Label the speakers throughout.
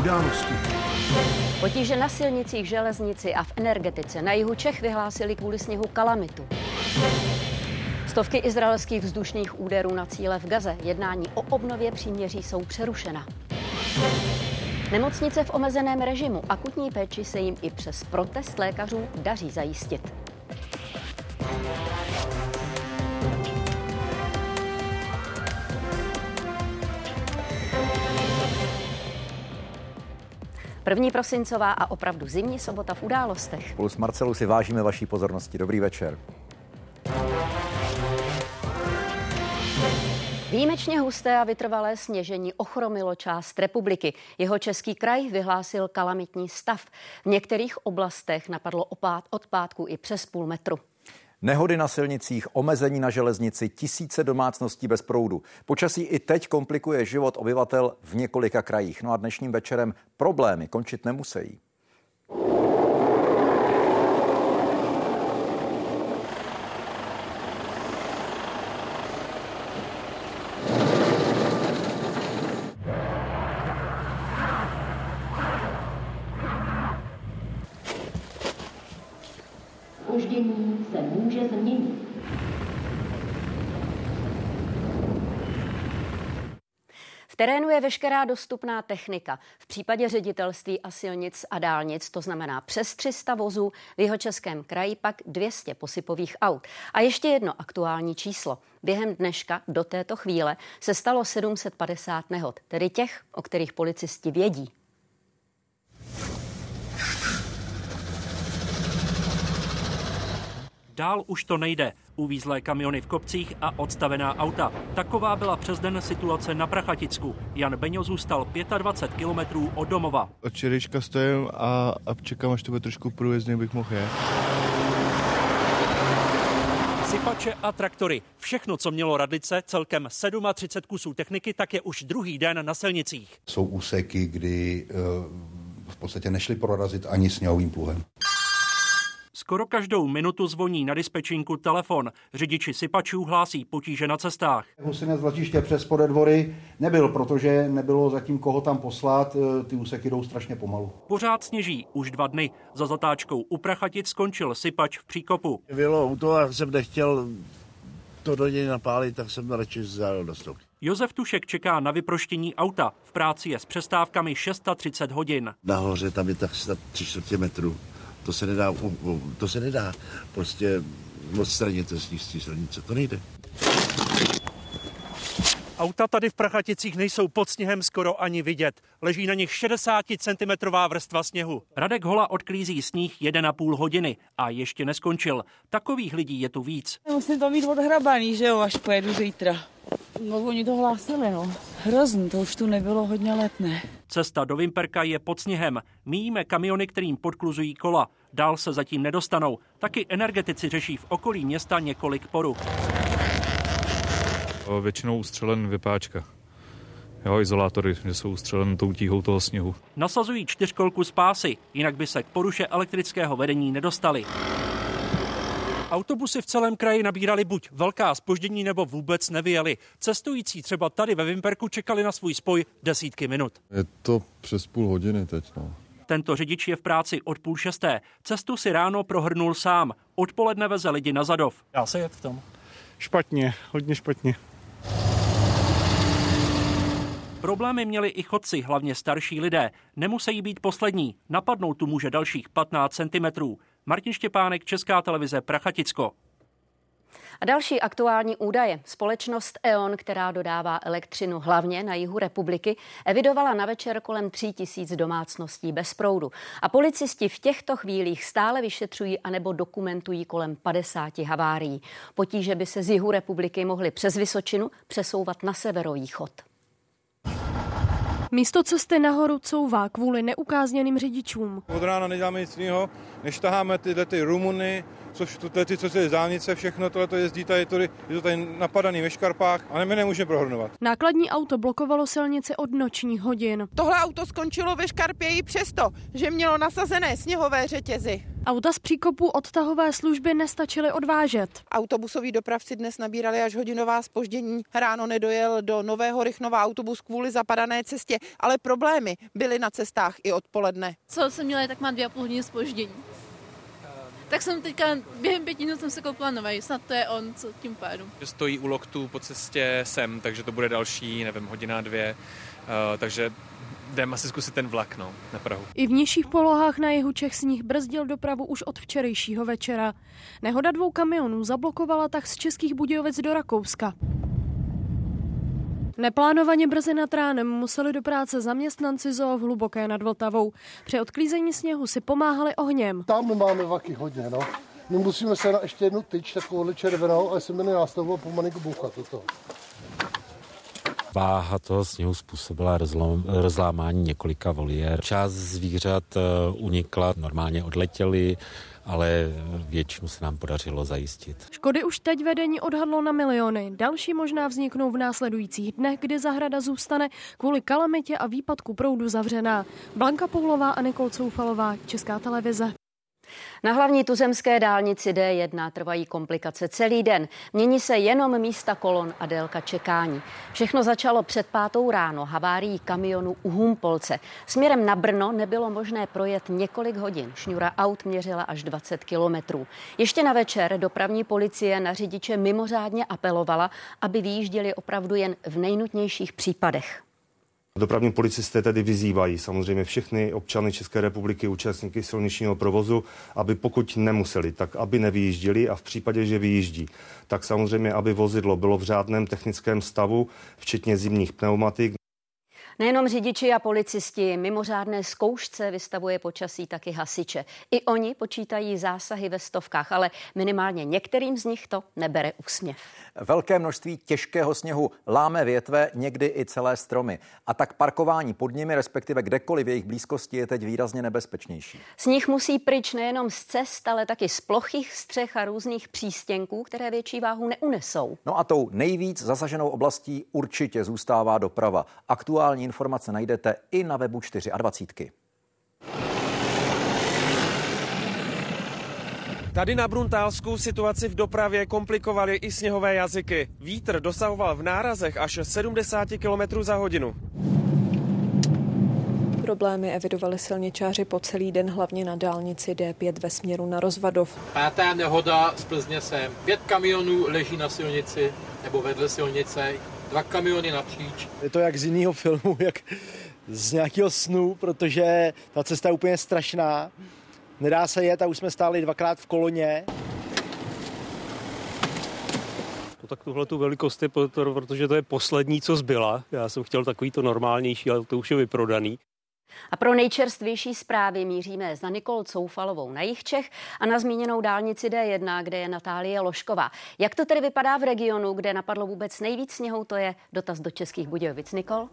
Speaker 1: události.
Speaker 2: Potíže na silnicích, železnici a v energetice na jihu Čech vyhlásili kvůli sněhu kalamitu. Stovky izraelských vzdušných úderů na cíle v Gaze. Jednání o obnově příměří jsou přerušena. Nemocnice v omezeném režimu. Akutní péči se jim i přes protest lékařů daří zajistit. První prosincová a opravdu zimní sobota v událostech.
Speaker 3: Spolu s Marcelou si vážíme vaší pozornosti. Dobrý večer.
Speaker 2: Výjimečně husté a vytrvalé sněžení ochromilo část republiky. Jihočeský kraj vyhlásil kalamitní stav. V některých oblastech napadlo od pátku i přes půl metru.
Speaker 3: Nehody na silnicích, omezení na železnici, tisíce domácností bez proudu. Počasí i teď komplikuje život obyvatel v několika krajích. No a dnešním večerem problémy končit nemusí.
Speaker 2: Zpoždění se může změnit. V terénu je veškerá dostupná technika. V případě ředitelství a silnic a dálnic, to znamená přes 300 vozů, v Jihočeském kraji pak 200 posypových aut. A ještě jedno aktuální číslo. Během dneška do této chvíle se stalo 750 nehod, tedy těch, o kterých policisti vědí.
Speaker 4: Dál už to nejde. Uvízlé kamiony v kopcích a odstavená auta. Taková byla přes den situace na Prachaticku. Jan Beňo zůstal 25 kilometrů od domova.
Speaker 5: Od včerejška stojím a čekám, až to bude trošku průjezdný, bych mohl jet.
Speaker 4: Sypače a traktory. Všechno, co mělo radlice, celkem 37 kusů techniky, tak je už druhý den na silnicích.
Speaker 6: Jsou úseky, kdy v podstatě nešli prorazit ani sněhovým pluhem.
Speaker 4: Skoro každou minutu zvoní na dispečinku telefon. Řidiči sypačů hlásí potíže na cestách.
Speaker 6: Husinec Vlačiště přes Podedvory nebyl, protože nebylo zatím koho tam poslat, ty úseky jdou strašně pomalu.
Speaker 4: Pořád sněží už 2 dny. Za zatáčkou u Prachatic skončil sypač v příkopu.
Speaker 7: Bylo auto a jsem nechtěl to do něj napálit, tak jsem radši zajel do stoky.
Speaker 4: Josef Tušek čeká na vyproštění auta. V práci je s přestávkami 630 hodin.
Speaker 7: Nahoře tam je tak 3/4 metru. To se nedá prostě odstranit z té silnice, to nejde.
Speaker 4: Auta tady v Prachaticích nejsou pod sněhem skoro ani vidět. Leží na nich 60 cm vrstva sněhu. Radek Hola odklízí sníh 1,5 hodiny a ještě neskončil. Takových lidí je tu víc.
Speaker 8: Musím to mít odhrabaný, že jo, až pojedu zítra. No, oni to hlásili, no. Hrozný, to už tu nebylo hodně let, ne.
Speaker 4: Cesta do Vimperka je pod sněhem. Míjíme kamiony, kterým podkluzují kola. Dál se zatím nedostanou. Taky energetici řeší v okolí města několik poruch.
Speaker 9: Většinou ustřelen vypáčka. Jo, izolátory, že jsou ustřelen tou tíhou toho sněhu.
Speaker 4: Nasazují 4kolku z pásy, jinak by se k poruše elektrického vedení nedostali. Autobusy v celém kraji nabírali buď velká zpoždění, nebo vůbec nevyjeli. Cestující třeba tady ve Vimperku čekali na svůj spoj desítky minut.
Speaker 5: Je to přes půl hodiny teď, no.
Speaker 4: Tento řidič je v práci od 5:30. Cestu si ráno prohrnul sám. Odpoledne veze lidi na Zadov. Dá se jet v tom?
Speaker 10: Špatně, hodně špatně.
Speaker 4: Problémy měli i chodci, hlavně starší lidé. Nemusí být poslední. Napadnout tu může dalších 15 centimetrů. Martin Štěpánek, Česká televize, Prachaticko.
Speaker 2: A další aktuální údaje. Společnost E.ON, která dodává elektřinu hlavně na jihu republiky, evidovala na večer kolem 3000 domácností bez proudu. A policisti v těchto chvílích stále vyšetřují anebo dokumentují kolem 50 havárií. Potíže by se z jihu republiky mohly přes Vysočinu přesouvat na severovýchod.
Speaker 11: Místo cesty nahoru couvá kvůli neukázněným řidičům.
Speaker 12: Od rána neděláme nic jiného, než taháme ty Rumuny,
Speaker 10: což ty, co je dálnice, všechno tohle jezdí je to tady napadaný ve škarpách a my nemůžeme prohodnovat.
Speaker 11: Nákladní auto blokovalo silnici od nočních hodin.
Speaker 1: Tohle auto skončilo ve škarpě i přesto, že mělo nasazené sněhové řetězy.
Speaker 11: Auta z příkopu odtahové služby nestačily odvážet.
Speaker 1: Autobusoví dopravci dnes nabírali až hodinová zpoždění. Ráno nedojel do Nového Rychnova autobus kvůli zapadané cestě, ale problémy byly na cestách i odpoledne.
Speaker 12: Co jsem měla, tak má 2,5 hodiny zpoždění. Tak jsem teďka během 5 minut jsem se koupila novej, snad to je on, co tím pádem.
Speaker 13: Stojí u loktu po cestě sem, takže to bude další, nevím, hodina, 2, takže jdem asi zkusit ten vlak, na Prahu.
Speaker 11: I v nižších polohách na jihu Čech sníh brzdil dopravu už od včerejšího večera. Nehoda 2 kamionů zablokovala tak z Českých Budějovic do Rakouska. Neplánovaně brzy nad ránem museli do práce zaměstnanci zoo v Hluboké nad Vltavou. Při odklízení sněhu si pomáhali ohněm.
Speaker 14: Tam máme vaky hodně, My musíme se na ještě jednu tyč, takovou červenou, ale se jmenuje nástavbu pomalinku bouchat toto.
Speaker 15: Váha toho sněhu způsobila rozlámání několika voliér. Část zvířat unikla, normálně odletěly, ale většinu se nám podařilo zajistit.
Speaker 11: Škody už teď vedení odhadlo na miliony. Další možná vzniknou v následujících dnech, kdy zahrada zůstane kvůli kalamitě a výpadku proudu zavřená. Blanka Poulová a Nikol Coufalová, Česká televize.
Speaker 2: Na hlavní tuzemské dálnici D1 trvají komplikace celý den. Mění se jenom místa kolon a délka čekání. Všechno začalo před 5. ráno havárií kamionu u Humpolce. Směrem na Brno nebylo možné projet několik hodin. Šňůra aut měřila až 20 kilometrů. Ještě na večer dopravní policie na řidiče mimořádně apelovala, aby vyjížděli opravdu jen v nejnutnějších případech.
Speaker 16: Dopravní policisté tedy vyzývají samozřejmě všechny občany České republiky, účastníky silničního provozu, aby pokud nemuseli, tak aby nevyjížděli a v případě, že vyjíždí, tak samozřejmě, aby vozidlo bylo v řádném technickém stavu, včetně zimních pneumatik.
Speaker 2: Nejenom řidiči a policisti, mimořádné zkoušce vystavuje počasí taky hasiče. I oni počítají zásahy ve stovkách, ale minimálně některým z nich to nebere úsměv.
Speaker 3: Velké množství těžkého sněhu láme větve, někdy i celé stromy. A tak parkování pod nimi, respektive kdekoliv v jejich blízkosti, je teď výrazně nebezpečnější.
Speaker 2: Sníh musí pryč nejenom z cest, ale taky z plochých střech a různých přístěnků, které větší váhu neunesou.
Speaker 3: No a tou nejvíc zasaženou oblastí určitě zůstává doprava. Aktuální informace najdete i na webu 24.
Speaker 17: Tady na Bruntálsku situaci v dopravě komplikovaly i sněhové jazyky. Vítr dosahoval v nárazech až 70 km za hodinu.
Speaker 18: Problémy evidovali silničáři po celý den, hlavně na dálnici D5 ve směru na Rozvadov.
Speaker 19: 5. nehoda z Plzně sem. 5 kamionů leží na silnici nebo vedle silnice, 2 kamiony napříč.
Speaker 20: Je to jak z jiného filmu, jak z nějakého snu, protože ta cesta je úplně strašná. Nedá se jet a už jsme stáli 2krát v koloně.
Speaker 21: Tak tuhletu velikost je, protože to je poslední, co zbyla. Já jsem chtěl takový to normálnější, ale to už je vyprodaný.
Speaker 2: A pro nejčerstvější zprávy míříme za Nikol Coufalovou na jih Čech a na zmíněnou dálnici D1, kde je Natálie Ložková. Jak to tedy vypadá v regionu, kde napadlo vůbec nejvíc sněhu, to je dotaz do Českých Budějovic. Nikol?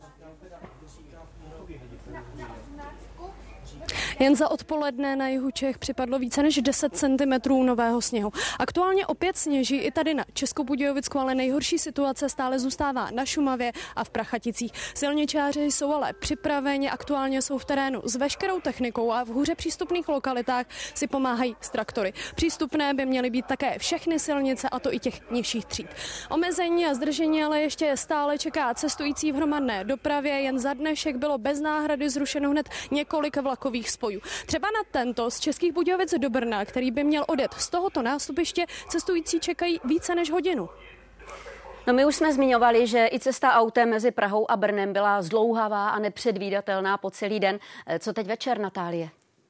Speaker 11: Jen za odpoledne na jihu Čech připadlo více než 10 cm nového sněhu. Aktuálně opět sněží i tady na Českobudějovicku, ale nejhorší situace stále zůstává na Šumavě a v Prachaticích. Silničáři jsou ale připraveni, aktuálně jsou v terénu s veškerou technikou a v hůře přístupných lokalitách si pomáhají s traktory. Přístupné by měly být také všechny silnice, a to i těch nižších tříd. Omezení a zdržení ale ještě stále čeká cestující v hromadné dopravě. Jen za dnešek bylo bez náhrady zrušeno hned několik vlakových spojů. Třeba na tento z Českých Budějovic do Brna, který by měl odjet z tohoto nástupiště, cestující čekají více než hodinu.
Speaker 2: No my už jsme zmiňovali, že i cesta autem mezi Prahou a Brnem byla zdlouhavá a nepředvídatelná po celý den. Co teď večer, Natálie?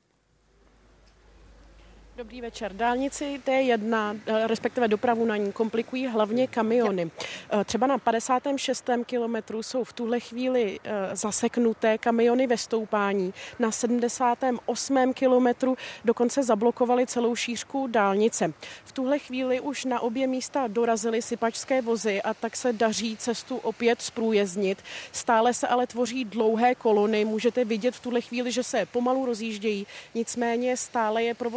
Speaker 22: Dobrý večer. Dálnici D1, respektive dopravu na ní, komplikují hlavně kamiony. Třeba na 56. kilometru jsou v tuhle chvíli zaseknuté kamiony ve stoupání. Na 78. kilometru dokonce zablokovali celou šířku dálnice. V tuhle chvíli už na obě místa dorazily sypačské vozy a tak se daří cestu opět zprůjezdnit. Stále se ale tvoří dlouhé kolony. Můžete vidět v tuhle chvíli, že se pomalu rozjíždějí. Nicméně stále je provoz velmi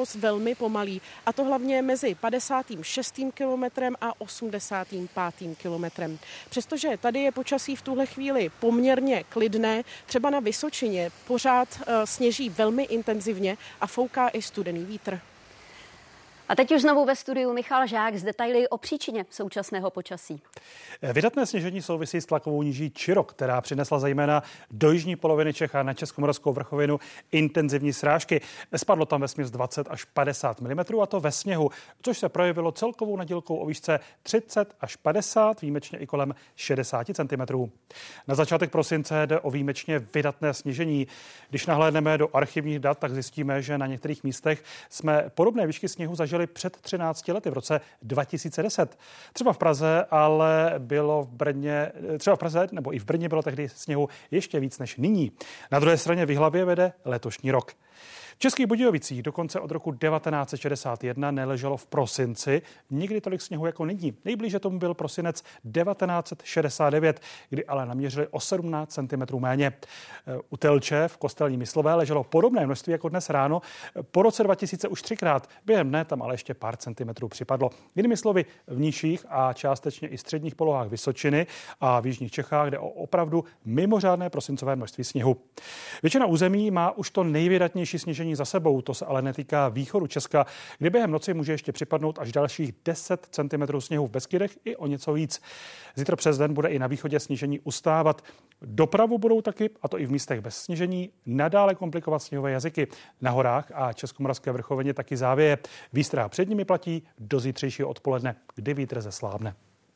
Speaker 22: velmi pomalý. A to hlavně mezi 56. kilometrem a 85. kilometrem. Přestože tady je počasí v tuhle chvíli poměrně klidné, třeba na Vysočině pořád sněží velmi intenzivně a fouká i studený vítr.
Speaker 2: A teď už znovu ve studiu Michal Žák s detaily o příčině současného počasí.
Speaker 6: Vydatné sněžení souvisí s tlakovou níží Čiro, která přinesla zejména do jižní poloviny Čech a na Českomoravskou vrchovinu intenzivní srážky. Spadlo tam vesměs 20 až 50 mm a to ve sněhu, což se projevilo celkovou nadílkou o výšce 30 až 50, výjimečně i kolem 60 cm. Na začátek prosince jde o výjimečně vydatné sněžení. Když nahlédneme do archivních dat, tak zjistíme, že na některých místech jsme podobné výšky sněhu zažili před 13 lety v roce 2010. Třeba v Praze, ale bylo v Brně, třeba v Praze nebo i v Brně bylo tehdy sněhu ještě víc než nyní. Na druhé straně v Jihlavě vede letošní rok. V Českých Budějovicích dokonce od roku 1961 neleželo v prosinci nikdy tolik sněhu jako nyní. Nejblíže tomu byl prosinec 1969, kdy ale naměřili o 17 cm méně. U Telče v Kostelní Myslové leželo podobné množství jako dnes ráno. Po roce 2000 už 3krát. Během dne tam ale ještě pár centimetrů připadlo. Jinými slovy, v nižších a částečně i středních polohách Vysočiny a v jižních Čechách jde o opravdu mimořádné prosincové množství sněhu. Většina území má už to nejvydatnější sněžení za sebou, to se ale netýká východu Česka, kde během noci může ještě připadnout až dalších 10 cm sněhu v Beskydech i o něco víc. Zítra přes den bude i na východě snížení ustávat. Dopravu budou taky, a to i v místech bez snížení, nadále komplikovat sněhové jazyky. Na horách a Českomoravské vrchovině taky závěje. Výstraha před nimi platí do zítřejšího odpoledne, kdy vítr zeslábne.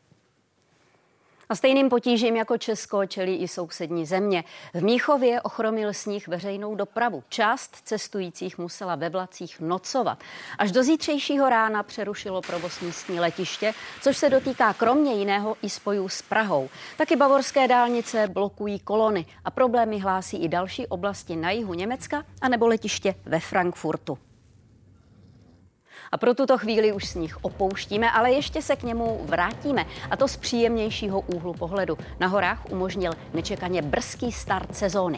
Speaker 2: A stejným potížím jako Česko čelí i sousední země. V Mnichově ochromil sníh veřejnou dopravu. Část cestujících musela ve vlacích nocovat. Až do zítřejšího rána přerušilo provoz místní letiště, což se dotýká kromě jiného i spojů s Prahou. Taky bavorské dálnice blokují kolony a problémy hlásí i další oblasti na jihu Německa anebo letiště ve Frankfurtu. A pro tuto chvíli už sníh opouštíme, ale ještě se k němu vrátíme. A to z příjemnějšího úhlu pohledu. Na horách umožnil nečekaně brzký start sezóny.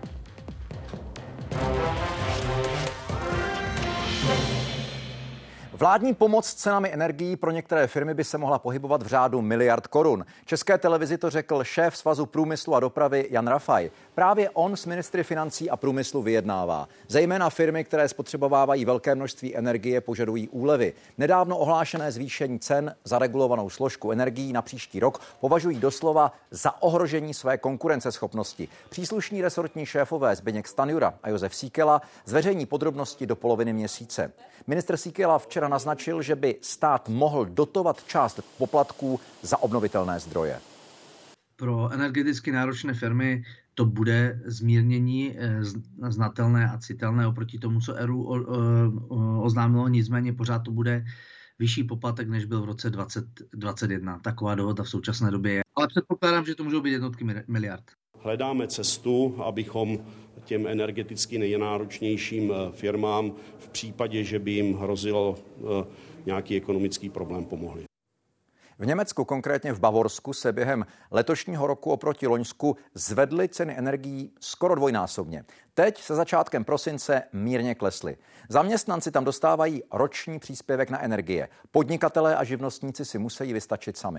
Speaker 3: Vládní pomoc s cenami energií pro některé firmy by se mohla pohybovat v řádu miliard korun. České televizi to řekl šéf Svazu průmyslu a dopravy Jan Rafaj. Právě on s ministry financí a průmyslu vyjednává. Zejména firmy, které spotřebovávají velké množství energie, požadují úlevy. Nedávno ohlášené zvýšení cen za regulovanou složku energií na příští rok považují doslova za ohrožení své konkurenceschopnosti. Příslušní resortní šéfové Zbyněk Stanjura a Josef Síkela zveřejní podrobnosti do poloviny měsíce. Ministr Síkela včera naznačil, že by stát mohl dotovat část poplatků za obnovitelné zdroje.
Speaker 7: Pro energeticky náročné firmy to bude zmírnění znatelné a citelné oproti tomu, co ERÚ oznámilo, nicméně pořád to bude vyšší poplatek, než byl v roce 2021. Taková dohoda v současné době je. Ale předpokládám, že to můžou být jednotky miliard.
Speaker 23: Hledáme cestu, abychom těm energeticky nejnáročnějším firmám v případě, že by jim hrozil nějaký ekonomický problém, pomohli.
Speaker 3: V Německu, konkrétně v Bavorsku, se během letošního roku oproti loňsku zvedly ceny energií skoro dvojnásobně. Teď se začátkem prosince mírně klesly. Zaměstnanci tam dostávají roční příspěvek na energie. Podnikatelé a živnostníci si musí vystačit sami.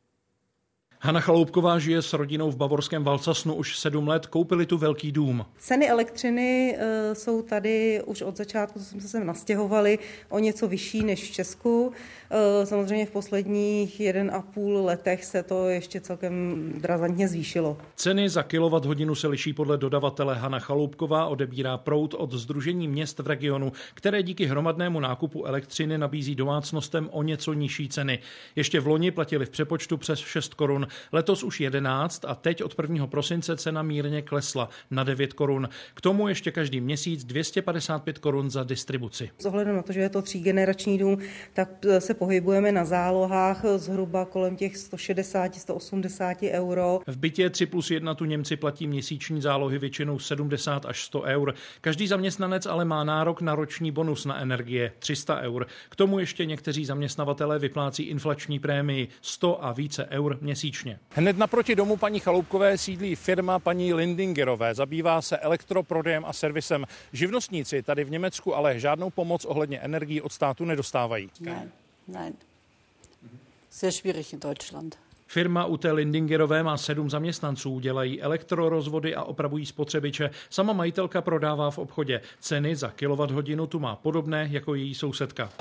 Speaker 24: Hana Chaloupková žije s rodinou v bavorském Valcasnu už 7 let, koupili tu velký dům.
Speaker 25: Ceny elektřiny jsou tady už od začátku, co jsme se nastěhovali, o něco vyšší než v Česku. Samozřejmě v posledních 1,5 letech se to ještě celkem razantně zvýšilo.
Speaker 24: Ceny za kilowatthodinu se liší podle dodavatele. Hana Chaloupková odebírá proud od Sdružení měst v regionu, které díky hromadnému nákupu elektřiny nabízí domácnostem o něco nižší ceny. Ještě v loni platili v přepočtu přes 6 korun. Letos už 11 a teď od 1. prosince cena mírně klesla na 9 korun. K tomu ještě každý měsíc 255 korun za distribuci.
Speaker 25: S ohledem na to, že je to 3generační dům, tak se pohybujeme na zálohách zhruba kolem těch 160-180 euro.
Speaker 24: V bytě 3+1 tu Němci platí měsíční zálohy většinou 70 až 100 eur. Každý zaměstnanec ale má nárok na roční bonus na energie 300 eur. K tomu ještě někteří zaměstnavatelé vyplácí inflační prémii 100 a více eur měsíčně. měsíčně. Hned naproti domu paní Chaloupkové sídlí firma paní Lindingerové. Zabývá se elektroprodejem a servisem. Živnostníci tady v Německu ale žádnou pomoc ohledně energií od státu nedostávají.
Speaker 4: Nein. Sehr schwierig in Deutschland.
Speaker 24: Firma u té Lindingerové má 7 zaměstnanců, dělají elektrorozvody a opravují spotřebiče. Sama majitelka prodává v obchodě. Ceny za kilowatthodinu tu má podobné jako její sousedka.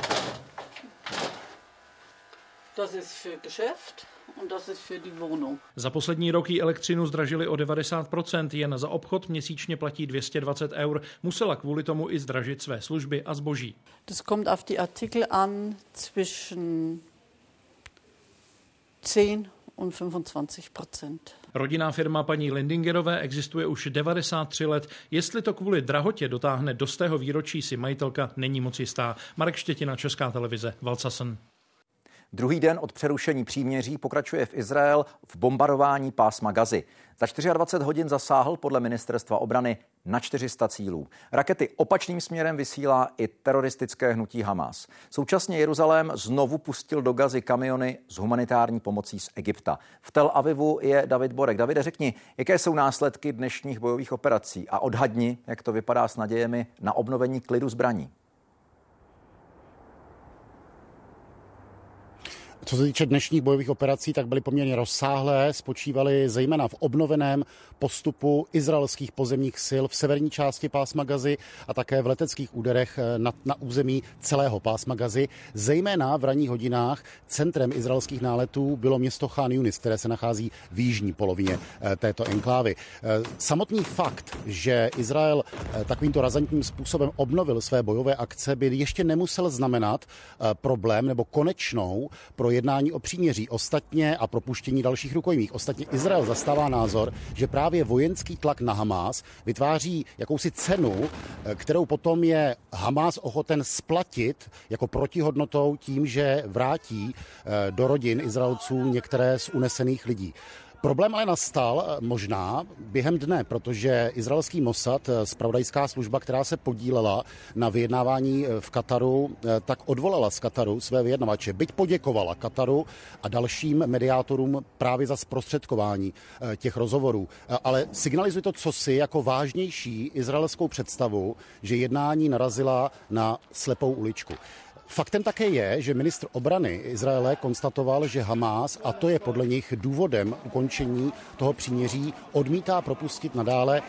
Speaker 4: Das ist für Geschäft und das ist für die Wohnung.
Speaker 24: Za poslední rok jí elektřinu zdražili o 90%, jen za obchod měsíčně platí 220 €. Musela kvůli tomu i zdražit své služby a zboží.
Speaker 4: Das kommt auf die Artikel an zwischen 10 und 25%.
Speaker 24: Rodinná firma paní Lindingerové existuje už 93 let. Jestli to kvůli drahotě dotáhne do 100. výročí, si majitelka není moc jistá. Marek Štětina, Česká televize, Valcasen.
Speaker 3: Druhý den od přerušení příměří pokračuje v Izrael v bombardování pásma Gazy. Za 24 hodin zasáhl podle ministerstva obrany na 400 cílů. Rakety opačným směrem vysílá i teroristické hnutí Hamas. Současně Jeruzalém znovu pustil do Gazy kamiony s humanitární pomocí z Egypta. V Tel Avivu je David Borek. Davide, řekni, jaké jsou následky dnešních bojových operací a odhadni, jak to vypadá s nadějemi na obnovení klidu zbraní.
Speaker 5: Co se týče dnešních bojových operací, tak byly poměrně rozsáhlé, spočívaly zejména v obnoveném postupu izraelských pozemních sil v severní části pásma Gazy a také v leteckých úderech na území celého pásma Gazy. Zejména v ranních hodinách centrem izraelských náletů bylo město Chan Yunis, které se nachází v jižní polovině této enklávy. Samotný fakt, že Izrael takovýmto razantním způsobem obnovil své bojové akce, by ještě nemusel znamenat problém nebo konečnou pro jednání o příměří ostatně a propuštění dalších rukojmích. Ostatně Izrael zastává názor, že právě vojenský tlak na Hamás vytváří jakousi cenu, kterou potom je Hamás ochoten splatit jako protihodnotou tím, že vrátí do rodin Izraelců některé z unesených lidí. Problém ale nastal možná během dne, protože izraelský Mossad, zpravodajská služba, která se podílela na vyjednávání v Kataru, tak odvolala z Kataru své vyjednavače. Byť poděkovala Kataru a dalším mediátorům právě za zprostředkování těch rozhovorů. Ale signalizuje to cosi jako vážnější izraelskou představu, že jednání narazila na slepou uličku. Faktem také je, že ministr obrany Izraele konstatoval, že Hamás, a to je podle nich důvodem ukončení toho příměří, odmítá propustit nadále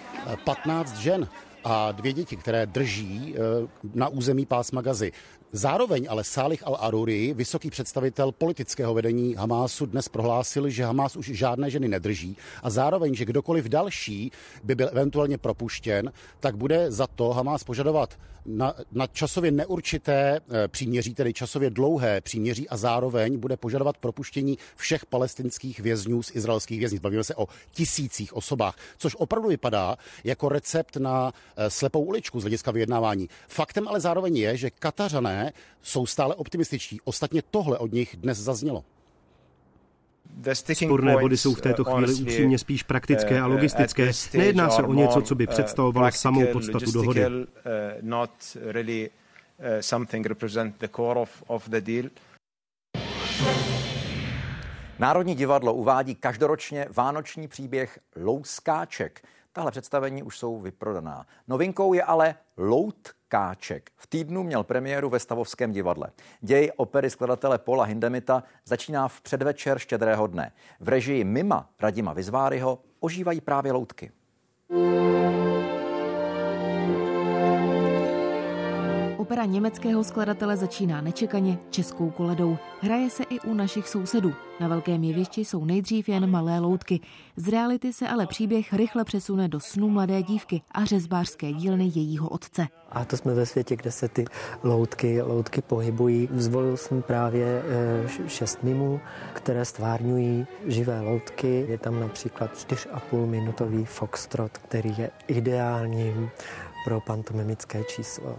Speaker 5: 15 žen a 2 děti, které drží na území pásma Gazy. Zároveň ale Salih al-Aruri, vysoký představitel politického vedení Hamásu, dnes prohlásil, že Hamás už žádné ženy nedrží a zároveň, že kdokoliv další by byl eventuálně propuštěn, tak bude za to Hamás požadovat na časově neurčité příměří, tedy časově dlouhé příměří a zároveň bude požadovat propuštění všech palestinských vězňů z izraelských věznic. Bavíme se o tisících osobách, což opravdu vypadá jako recept na slepou uličku z hlediska vyjednávání. Faktem ale zároveň je, že Katařané jsou stále optimističtí. Ostatně tohle od nich dnes zaznělo.
Speaker 8: Sporné body jsou v této chvíli upřímně spíš praktické a logistické. Nejedná se o něco, co by představovalo samou podstatu dohody.
Speaker 3: Národní divadlo uvádí každoročně vánoční příběh Loutkáček. Tahle představení už jsou vyprodaná. Novinkou je ale Loutkáček. V týdnu měl premiéru ve Stavovském divadle. Děj opery skladatele Paula Hindemita začíná v předvečer Štědrého dne. V režii Mima Radima Vizváryho ožívají právě loutky.
Speaker 9: Opera německého skladatele začíná nečekaně českou koledou. Hraje se i u našich sousedů. Na velkém jevišti jsou nejdřív jen malé loutky. Z reality se ale příběh rychle přesune do snů mladé dívky a řezbářské dílny jejího otce.
Speaker 10: A to jsme ve světě, kde se ty loutky pohybují. Zvolil jsem právě 6 mimů, které stvárňují živé loutky. Je tam například 4,5-minutový foxtrot, který je ideální pro pantomimické číslo.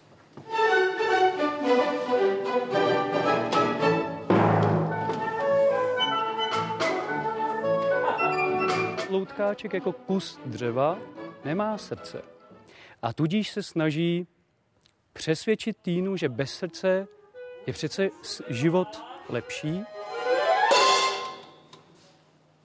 Speaker 26: Loutkáček jako kus dřeva nemá srdce. A tudíž se snaží přesvědčit Týnu, že bez srdce je přece život lepší.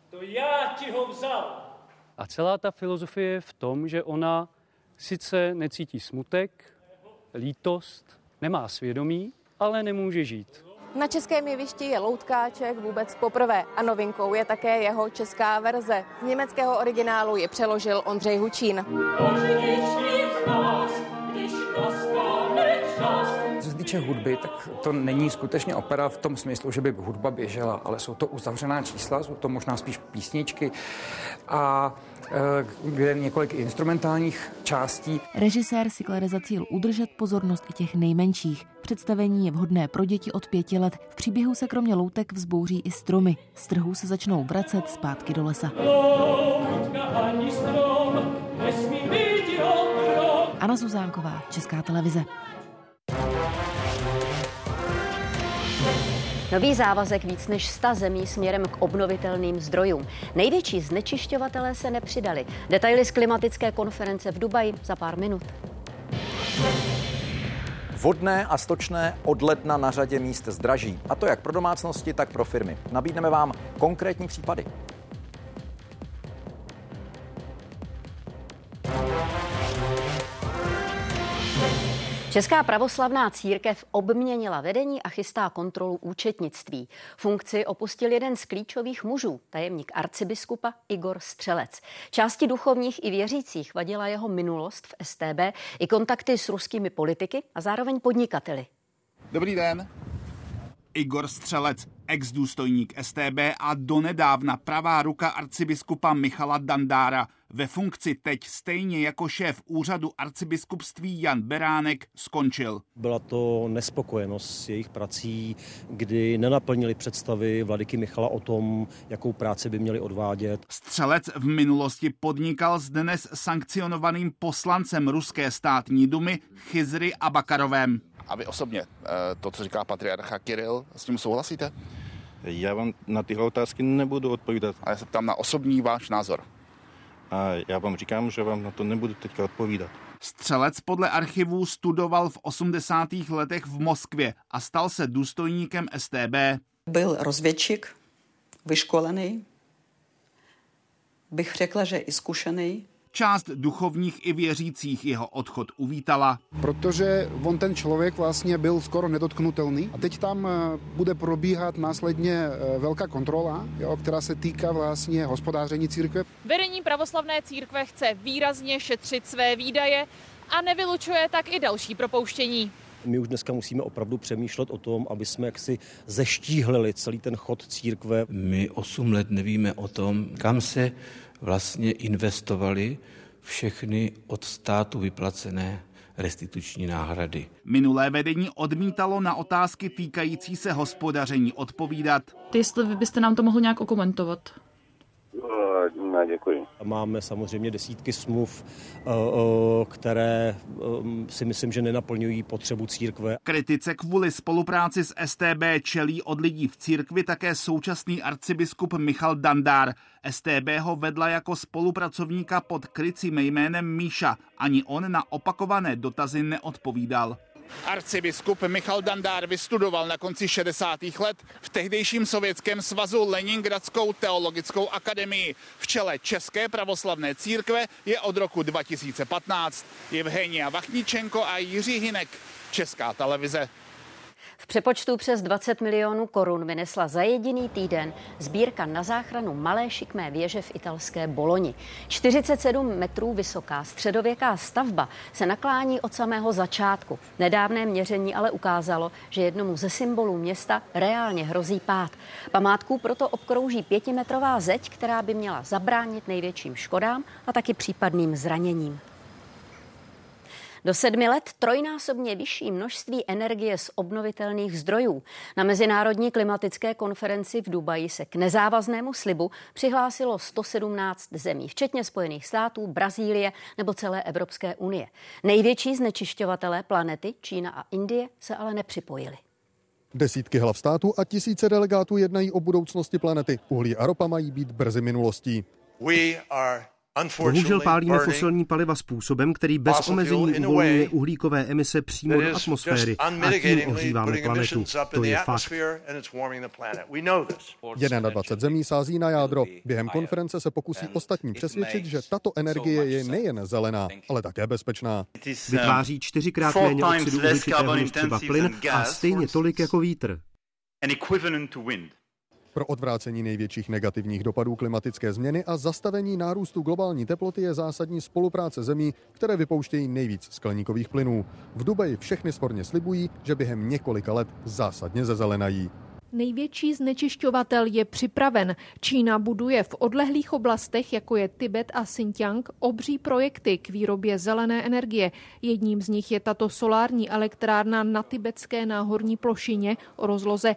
Speaker 26: ti ho vzal. A celá ta filozofie je v tom, že ona sice necítí smutek, lítost, nemá svědomí, ale nemůže žít.
Speaker 1: Na českém jevišti je Loutkáček vůbec poprvé a novinkou je také jeho česká verze. Z německého originálu ji přeložil Ondřej Hučín.
Speaker 12: Co se týče hudby, tak to není skutečně opera v tom smyslu, že by hudba běžela, ale jsou to uzavřená čísla, jsou to možná spíš písničky a kde několik instrumentálních částí.
Speaker 9: Režisér si klade za cíl udržet pozornost i těch nejmenších. Představení je vhodné pro děti od 5 let. V příběhu se kromě loutek vzbouří i stromy. Z trhů se začnou vracet zpátky do lesa. Anna Zuzánková, Česká televize.
Speaker 2: Nový závazek víc než 100 zemí směrem k obnovitelným zdrojům. Největší znečišťovatelé se nepřidali. Detaily z klimatické konference v Dubaji za pár minut.
Speaker 3: Vodné a stočné od ledna na řadě míst zdraží. A to jak pro domácnosti, tak pro firmy. Nabídneme vám konkrétní případy.
Speaker 2: Česká pravoslavná církev obměnila vedení a chystá kontrolu účetnictví. Funkci opustil jeden z klíčových mužů, tajemník arcibiskupa Igor Střelec. Části duchovních i věřících vadila jeho minulost v StB i kontakty s ruskými politiky a zároveň podnikateli.
Speaker 13: Dobrý den. Igor Střelec, ex-důstojník StB a donedávna pravá ruka arcibiskupa Michala Dandára. Ve funkci teď stejně jako šéf úřadu arcibiskupství Jan Beránek skončil.
Speaker 14: Byla to nespokojenost s jejich prací, kdy nenaplnili představy vladyky Michala o tom, jakou práci by měli odvádět.
Speaker 13: Střelec v minulosti podnikal s dnes sankcionovaným poslancem ruské státní dumy Chyzry Abakarovem.
Speaker 15: A vy osobně to, co říká patriarcha Kiril, s tím souhlasíte?
Speaker 16: Já vám na tyhle otázky nebudu odpovídat.
Speaker 15: A já se ptám na osobní váš názor.
Speaker 16: A já vám říkám, že vám na to nebudu teďka odpovídat.
Speaker 13: Střelec podle archivů studoval v 80. letech v Moskvě a stal se důstojníkem StB.
Speaker 27: Byl rozvědčík, vyškolený, bych řekla, že i zkušený.
Speaker 13: Část duchovních i věřících jeho odchod uvítala.
Speaker 28: Protože on ten člověk vlastně byl skoro nedotknutelný a teď tam bude probíhat následně velká kontrola, která se týká vlastně hospodáření církve.
Speaker 29: Vedení pravoslavné církve chce výrazně šetřit své výdaje a nevylučuje tak i další propouštění.
Speaker 14: My už dneska musíme opravdu přemýšlet o tom, aby jsme jaksi zeštíhlili celý ten chod církve.
Speaker 30: My 8 let nevíme o tom, kam se vlastně investovali všechny od státu vyplacené restituční náhrady.
Speaker 13: Minulé vedení odmítalo na otázky týkající se hospodaření odpovídat.
Speaker 31: Jestli vy byste nám to mohl nějak okomentovat?
Speaker 14: Ne, děkuji. Máme samozřejmě desítky smluv, které si myslím, že nenaplňují potřebu církve.
Speaker 13: Kritice kvůli spolupráci s StB čelí od lidí v církvi také současný arcibiskup Michal Dandár. StB ho vedla jako spolupracovníka pod krycím jménem Míša. Ani on na opakované dotazy neodpovídal. Arcibiskup Michal Dandár vystudoval na konci 60. let v tehdejším Sovětském svazu Leningradskou teologickou akademii. V čele České pravoslavné církve je od roku 2015. Evgenia Vachničenko a Jiří Hynek, Česká televize.
Speaker 2: V přepočtu přes 20 milionů korun vynesla za jediný týden sbírka na záchranu malé šikmé věže v italské Boloni. 47 metrů vysoká středověká stavba se naklání od samého začátku. Nedávné měření ale ukázalo, že jednomu ze symbolů města reálně hrozí pád. Památku proto obkrouží 5metrová zeď, která by měla zabránit největším škodám a taky případným zraněním. Do 7 let trojnásobně vyšší množství energie z obnovitelných zdrojů. Na mezinárodní klimatické konferenci v Dubaji se k nezávaznému slibu přihlásilo 117 zemí, včetně Spojených států, Brazílie nebo celé Evropské unie. Největší znečišťovatelé planety, Čína a Indie, se ale nepřipojili.
Speaker 32: Desítky hlav států a tisíce delegátů jednají o budoucnosti planety. Uhlí a ropa mají být brzy minulostí.
Speaker 33: We are
Speaker 8: Bohužel pálíme fosilní paliva způsobem, který bez omezení uvolňuje uhlíkové emise přímo do atmosféry a tím ohříváme planetu. To je fakt.
Speaker 32: 21 zemí sází na jádro. Během konference se pokusí ostatní přesvědčit, že tato energie je nejen zelená, ale také bezpečná.
Speaker 8: Vytváří 4krát méně oxidu uhličitého než třeba plyn a stejně tolik jako vítr.
Speaker 32: Pro odvrácení největších negativních dopadů klimatické změny a zastavení nárůstu globální teploty je zásadní spolupráce zemí, které vypouštějí nejvíc skleníkových plynů. V Dubaji všechny svorně slibují, že během několika let zásadně zezelenají.
Speaker 4: Největší znečišťovatel je připraven. Čína buduje v odlehlých oblastech, jako je Tibet a Xinjiang, obří projekty k výrobě zelené energie. Jedním z nich je tato solární elektrárna na tibetské náhorní plošině o rozloze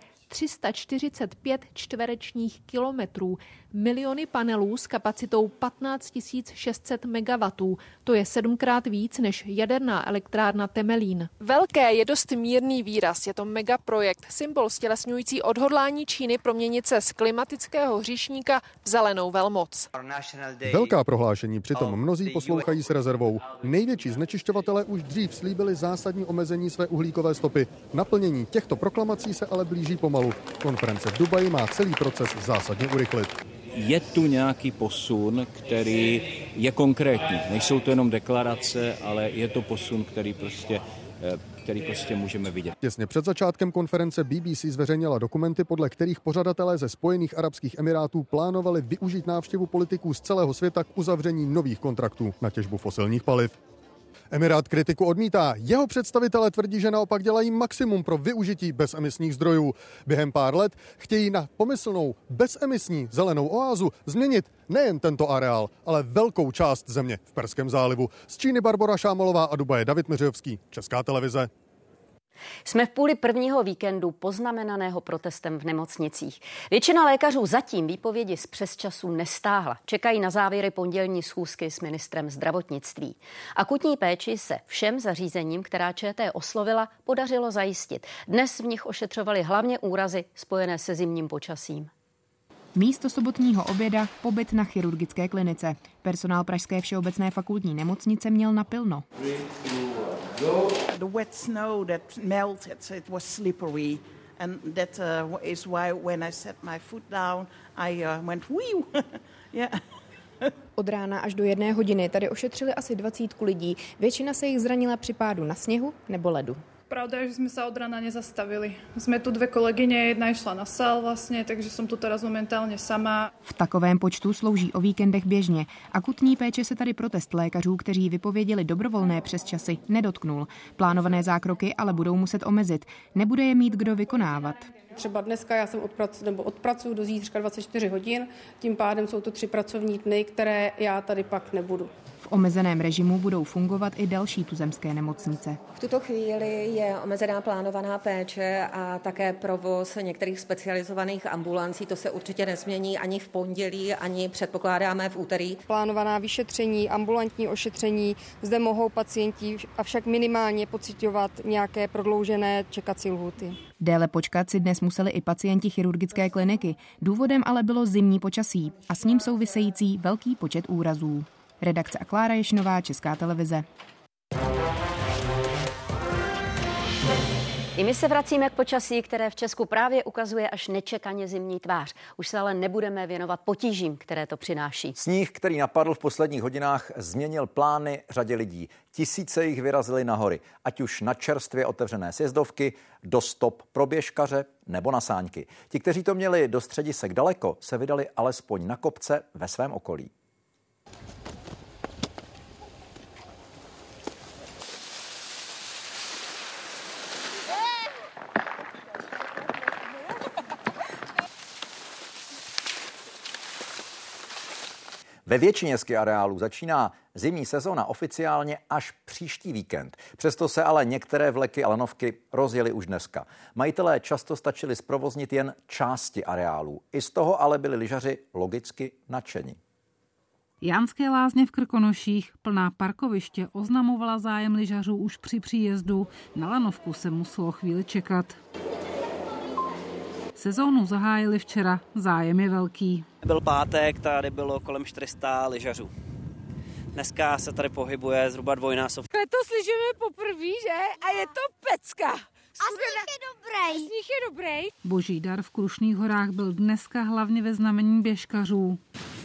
Speaker 4: 345 čtverečních kilometrů, miliony panelů s kapacitou 15 600 MW. To je 7krát víc než jaderná elektrárna Temelín. Velké je dost mírný výraz, je to megaprojekt, symbol stělesňující odhodlání Číny proměnit se z klimatického hříšníka v zelenou velmoc.
Speaker 32: Velká prohlášení přitom mnozí poslouchají s rezervou. Největší znečišťovatelé už dřív slíbili zásadní omezení své uhlíkové stopy. Naplnění těchto proklamací se ale blíží pomalu. Konference v Dubaji má celý proces zásadně urychlit.
Speaker 6: Je tu nějaký posun, který je konkrétní. Nejsou to jenom deklarace, ale je to posun, který prostě můžeme vidět.
Speaker 32: Těsně před začátkem konference BBC zveřejnila dokumenty, podle kterých pořadatelé ze Spojených arabských emirátů plánovali využít návštěvu politiků z celého světa k uzavření nových kontraktů na těžbu fosilních paliv. Emirát kritiku odmítá. Jeho představitelé tvrdí, že naopak dělají maximum pro využití bezemisních zdrojů. Během pár let chtějí na pomyslnou bezemisní zelenou oázu změnit nejen tento areál, ale velkou část země v Perském zálivu. Z Číny Barbora Šámalová a Dubaje David Miřejovský, Česká televize.
Speaker 2: Jsme v půli prvního víkendu poznamenaného protestem v nemocnicích. Většina lékařů zatím výpovědi z přesčasů nestáhla. Čekají na závěry pondělní schůzky s ministrem zdravotnictví. Akutní péči se všem zařízením, která ČT oslovila, podařilo zajistit. Dnes v nich ošetřovali hlavně úrazy spojené se zimním počasím.
Speaker 7: Místo sobotního oběda pobyt na chirurgické klinice. Personál pražské všeobecné fakultní nemocnice měl napilno.
Speaker 11: The wet snow that melted, so it was slippery, and that is why when I set my foot down, I went whew. Yeah.
Speaker 17: Od rána až do 1 hodiny tady ošetřili asi 20 lidí. Většina se jich zranila při pádu na sněhu nebo ledu.
Speaker 31: Pravda je, že sme sa od rána nezastavili. Sme tu 2 kolegyne, jedna išla na sál vlastne, takže som tu teraz momentálne sama.
Speaker 7: V takovém počtu slouží o víkendech běžně. Akutní péče se tady protest lékařů, kteří vypověděli dobrovolné přesčasy, nedotknul. Plánované zákroky ale budou muset omezit. Nebude je mít kdo vykonávat.
Speaker 17: Třeba dneska já jsem odpracuju do zítřka 24 hodin, tím pádem jsou to 3 pracovní dny, které já tady pak nebudu.
Speaker 7: V omezeném režimu budou fungovat i další tuzemské nemocnice.
Speaker 18: V tuto chvíli je omezená plánovaná péče a také provoz některých specializovaných ambulancí. To se určitě nezmění ani v pondělí, ani předpokládáme v úterý.
Speaker 17: Plánovaná vyšetření, ambulantní ošetření, zde mohou pacienti avšak minimálně pociťovat nějaké prodloužené čekací lhůty.
Speaker 7: Déle počkat si dnes museli i pacienti chirurgické kliniky. Důvodem ale bylo zimní počasí a s ním související velký počet úrazů. Redakce a Klára Ješnová, Česká televize.
Speaker 2: I my se vracíme k počasí, které v Česku právě ukazuje až nečekaně zimní tvář. Už se ale nebudeme věnovat potížím, které to přináší.
Speaker 3: Sníh, který napadl v posledních hodinách, změnil plány řadě lidí. Tisíce jich vyrazili na hory, ať už na čerstvě otevřené sjezdovky, do stop pro běžkaře nebo na sáňky. Ti, kteří to měli do středisek daleko, se vydali alespoň na kopce ve svém okolí. Ve většině ski areálů začíná zimní sezóna oficiálně až příští víkend. Přesto se ale některé vleky a lanovky rozjeli už dneska. Majitelé často stačili zprovoznit jen části areálů. I z toho ale byli lyžaři logicky nadšení.
Speaker 19: Janské lázně v Krkonoších, plná parkoviště, oznamovala zájem lyžařů už při příjezdu. Na lanovku se muselo chvíli čekat. Sezónu zahájili včera, zájem je velký.
Speaker 20: Byl pátek, tady bylo kolem 400 lyžařů.
Speaker 1: Dneska se tady pohybuje zhruba dvojnásob.
Speaker 5: Letos lyžujeme poprvé, že? A je to pecka.
Speaker 9: A sníh je dobrý.
Speaker 19: Boží dar v Krušných horách byl dneska hlavně ve znamení běžkařů.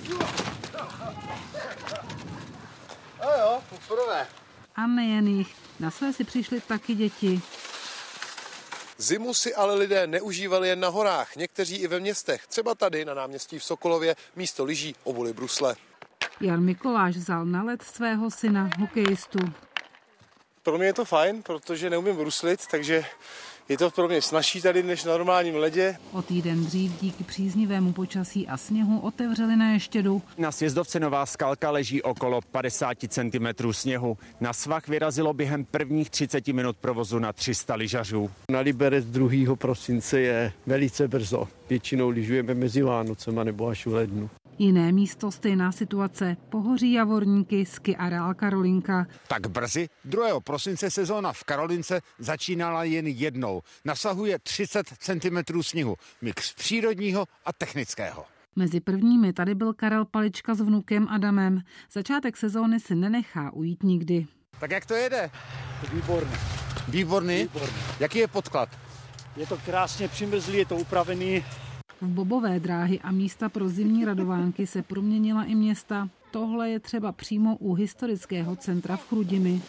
Speaker 10: Jo, poprvé.
Speaker 19: A nejen jich, na své si přišli taky děti.
Speaker 10: Zimu si ale lidé neužívali jen na horách, někteří i ve městech. Třeba tady na náměstí v Sokolově místo lyží obuli brusle.
Speaker 19: Jan Mikoláš vzal na led svého syna, hokejistu.
Speaker 10: Pro mě je to fajn, protože neumím bruslit, takže je to pro mě snazší tady než na normálním ledě.
Speaker 19: O týden dřív díky příznivému počasí a sněhu otevřeli na Ještědu.
Speaker 12: Na sjezdovce Nová Skalka leží okolo 50 cm sněhu. Na svah vyrazilo během prvních 30 minut provozu na 300 lyžařů.
Speaker 20: Na Liberec 2. prosince je velice brzo. Většinou lyžujeme mezi Vánocema nebo až v lednu.
Speaker 19: Jiné místo, stejná situace. Pohoří Javorníky, ski areál Karolinka.
Speaker 20: Tak brzy 2. prosince sezóna v Karolince začínala jen jednou. Nasahuje 30 cm sněhu. Mix přírodního a technického.
Speaker 19: Mezi prvními tady byl Karel Palička s vnukem Adamem. Začátek sezóny si nenechá ujít nikdy.
Speaker 20: Tak jak to jede?
Speaker 21: Výborný.
Speaker 20: Výborný? Jaký je podklad?
Speaker 21: Je to krásně přimrzlý, je to upravený.
Speaker 19: V bobové dráhy a místa pro zimní radovánky se proměnila i města. Tohle je třeba přímo u historického centra v Chrudimi.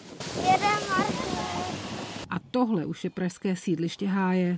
Speaker 19: A tohle už je pražské sídliště Háje.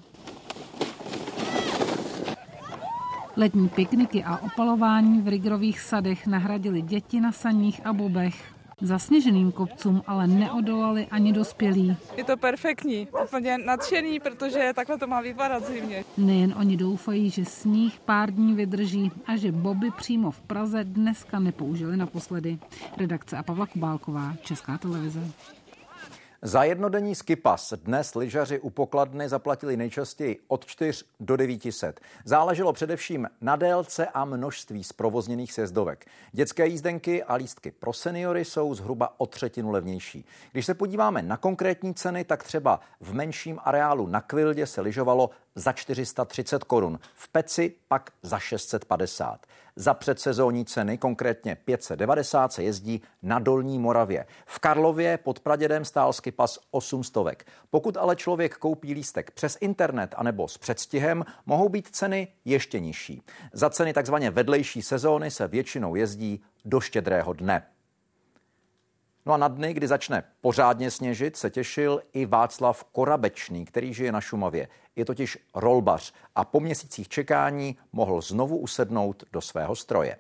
Speaker 19: Letní pikniky a opalování v Rigrových sadech nahradili děti na saních a bobech. Zasněženým kopcům ale neodolali ani dospělí.
Speaker 31: Je to perfektní, úplně nadšený, protože takhle to má vypadat zimně.
Speaker 19: Nejen oni doufají, že sníh pár dní vydrží a že boby přímo v Praze dneska nepoužili naposledy. Redakce a Pavla Kubálková, Česká televize.
Speaker 3: Za jednodenní skipas dnes lyžaři u pokladny zaplatili nejčastěji od 4 do 900. Záleželo především na délce a množství zprovozněných sjezdovek. Dětské jízdenky a lístky pro seniory jsou zhruba o 1/3 levnější. Když se podíváme na konkrétní ceny, tak třeba v menším areálu na Kvildě se lyžovalo za 430 korun, v Peci pak za 650. Za předsezónní ceny, konkrétně 590, se jezdí na Dolní Moravě. V Karlově pod Pradědem stál skipas 800. Pokud ale člověk koupí lístek přes internet anebo s předstihem, mohou být ceny ještě nižší. Za ceny takzvaně vedlejší sezóny se většinou jezdí do Štědrého dne. No a na dny, kdy začne pořádně sněžit, se těšil i Václav Korabečný, který žije na Šumavě. Je totiž rolbař a po měsících čekání mohl znovu usednout do svého stroje.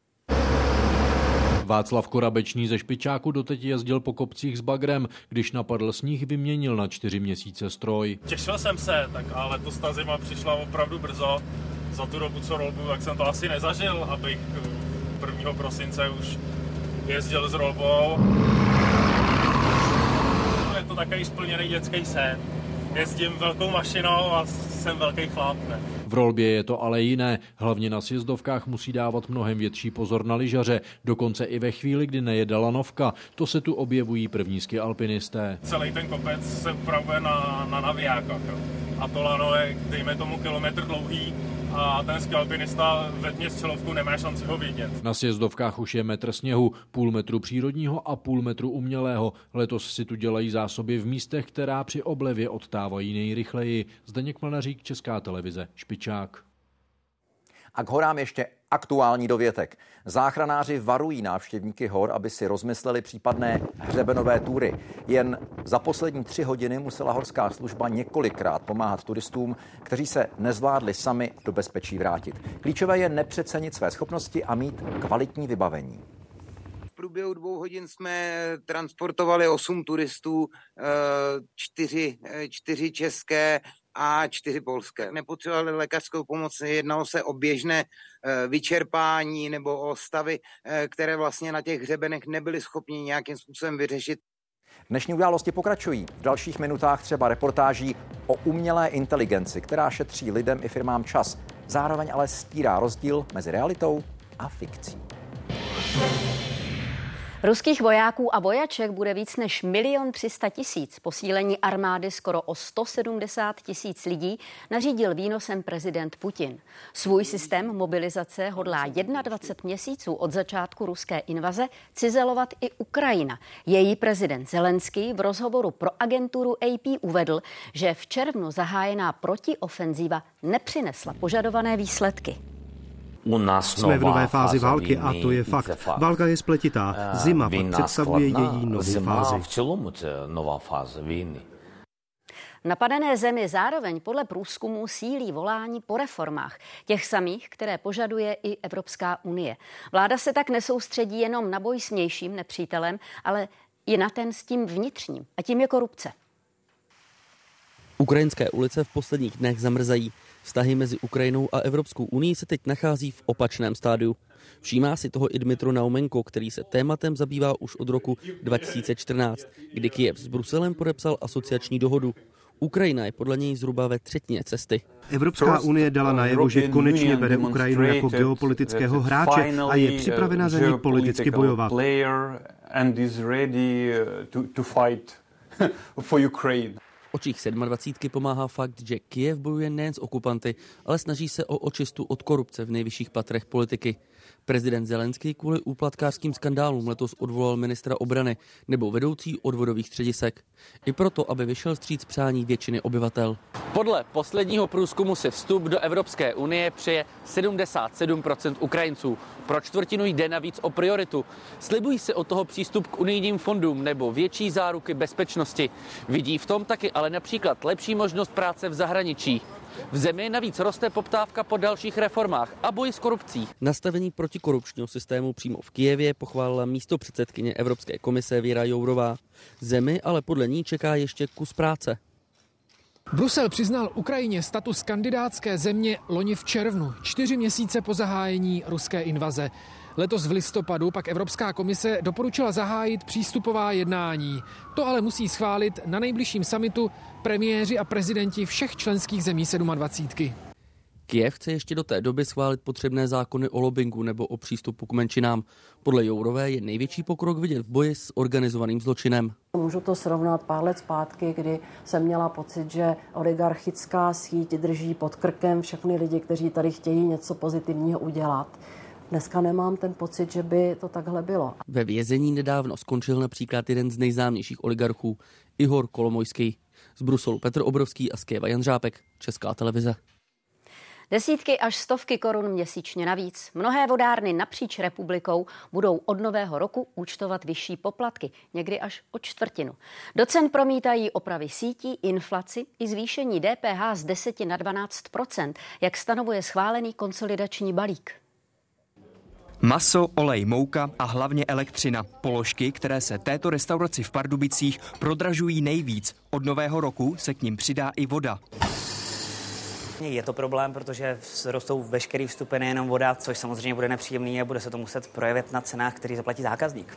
Speaker 22: Václav Korabečný ze Špičáku doteď jezdil po kopcích s bagrem. Když napadl sníh, vyměnil na 4 měsíce stroj.
Speaker 23: Těšil jsem se, tak ale letos ta zima přišla opravdu brzo. Za tu dobu, co rolbuju, tak jsem to asi nezažil, abych 1. prosince už jezdil s rolbou. Je to takový splněný dětský sen. Jezdím velkou mašinou a jsem velký chlap. Ne?
Speaker 22: V rolbě je to ale jiné. Hlavně na sjezdovkách musí dávat mnohem větší pozor na lyžaře. Dokonce i ve chvíli, kdy nejede lanovka. To se tu objevují první ski alpinisté.
Speaker 23: Celý ten kopec se upravuje na navijákách. A to lano je, dejme tomu, kilometr dlouhý. A ten ski alpinista ve tmě s čelovkou nemá šanci ho vidět.
Speaker 22: Na sjezdovkách už je metr sněhu, půl metru přírodního a půl metru umělého. Letos si tu dělají zásoby v místech, která při oblevě odtávají nejrychleji. Zdeněk Mlnařík, Česká televize, Špičák.
Speaker 3: A k horám ještě aktuální dovětek. Záchranáři varují návštěvníky hor, aby si rozmysleli případné hřebenové túry. Jen za poslední 3 hodiny musela horská služba několikrát pomáhat turistům, kteří se nezvládli sami do bezpečí vrátit. Klíčové je nepřecenit své schopnosti a mít kvalitní vybavení.
Speaker 24: V průběhu 2 hodin jsme transportovali 8 turistů, 4 české a 4 polské. Nepotřebovali lékařskou pomoc, jednalo se o běžné vyčerpání nebo o stavy, které vlastně na těch hřebenech nebyli schopni nějakým způsobem vyřešit.
Speaker 3: Dnešní události pokračují. V dalších minutách třeba reportáží o umělé inteligenci, která šetří lidem i firmám čas. Zároveň ale stírá rozdíl mezi realitou a fikcí.
Speaker 2: Ruských vojáků a vojaček bude víc než 1 300 000. Posílení armády skoro o 170 000 lidí nařídil výnosem prezident Putin. Svůj systém mobilizace hodlá 21 měsíců od začátku ruské invaze cizelovat i Ukrajina. Její prezident Zelenský v rozhovoru pro agenturu AP uvedl, že v červnu zahájená protiofenzíva nepřinesla požadované výsledky.
Speaker 4: Jsme v nové fázi války a to je fakt. Válka je spletitá. Zima pak představuje její novou fázi.
Speaker 2: V napadené zemi zároveň podle průzkumu sílí volání po reformách, těch samých, které požaduje i Evropská unie. Vláda se tak nesoustředí jenom na boj s vnějším nepřítelem, ale i na ten s tím vnitřním, a tím je korupce.
Speaker 8: Ukrajinské ulice v posledních dnech zamrzají. Vztahy mezi Ukrajinou a Evropskou unií se teď nachází v opačném stádiu. Všímá si toho i Dmytro Naumenko, který se tématem zabývá už od roku 2014, kdy Kyjev s Bruselem podepsal asociační dohodu. Ukrajina je podle něj zhruba ve třetině cesty.
Speaker 4: Evropská unie dala najevo, že konečně bere Ukrajinu jako geopolitického hráče a je připravena za ní politicky bojovat.
Speaker 8: V očích 27 pomáhá fakt, že Kyjev bojuje nejen s okupanty, ale snaží se o očistu od korupce v nejvyšších patrech politiky. Prezident Zelenský kvůli úplatkářským skandálům letos odvolal ministra obrany nebo vedoucí odvodových středisek. I proto, aby vyšel vstříc přání většiny obyvatel. Podle posledního průzkumu si vstup do Evropské unie přeje 77% Ukrajinců. Pro čtvrtinu jde navíc o prioritu. Slibují si od toho přístup k unijním fondům nebo větší záruky bezpečnosti. Vidí v tom taky ale například lepší možnost práce v zahraničí. V zemi navíc roste poptávka po dalších reformách a boji s korupcí. Nastavení protikorupčního systému přímo v Kyjevě pochválila místopředsedkyně Evropské komise Věra Jourová. Zemi ale podle ní čeká ještě kus práce.
Speaker 13: Brusel přiznal Ukrajině status kandidátské země loni v červnu, 4 měsíce po zahájení ruské invaze. Letos v listopadu pak Evropská komise doporučila zahájit přístupová jednání. To ale musí schválit na nejbližším summitu premiéři a prezidenti všech členských zemí 27.
Speaker 8: Kyjev chce ještě do té doby schválit potřebné zákony o lobbingu nebo o přístupu k menšinám. Podle Jourové je největší pokrok vidět v boji s organizovaným zločinem.
Speaker 14: Můžu to srovnat pár let zpátky, kdy jsem měla pocit, že oligarchická síť drží pod krkem všechny lidi, kteří tady chtějí něco pozitivního udělat. Dneska nemám ten pocit, že by to takhle bylo.
Speaker 8: Ve vězení nedávno skončil například jeden z nejznámějších oligarchů, Ihor Kolomojský. Z Bruselu Petr Obrovský a z Kyjeva Jan Řápek, Česká televize.
Speaker 2: Desítky až stovky korun měsíčně navíc. Mnohé vodárny napříč republikou budou od nového roku účtovat vyšší poplatky, někdy až o čtvrtinu. Do cen promítají opravy sítí, inflaci i zvýšení DPH z 10 na 12%, jak stanovuje schválený konsolidační balík.
Speaker 15: Maso, olej, mouka a hlavně elektřina. Položky, které se této restauraci v Pardubicích prodražují nejvíc. Od nového roku se k nim přidá i voda.
Speaker 1: Je to problém, protože rostou veškerý vstupy, nejenom voda, což samozřejmě bude nepříjemný a bude se to muset projevit na cenách, který zaplatí zákazník.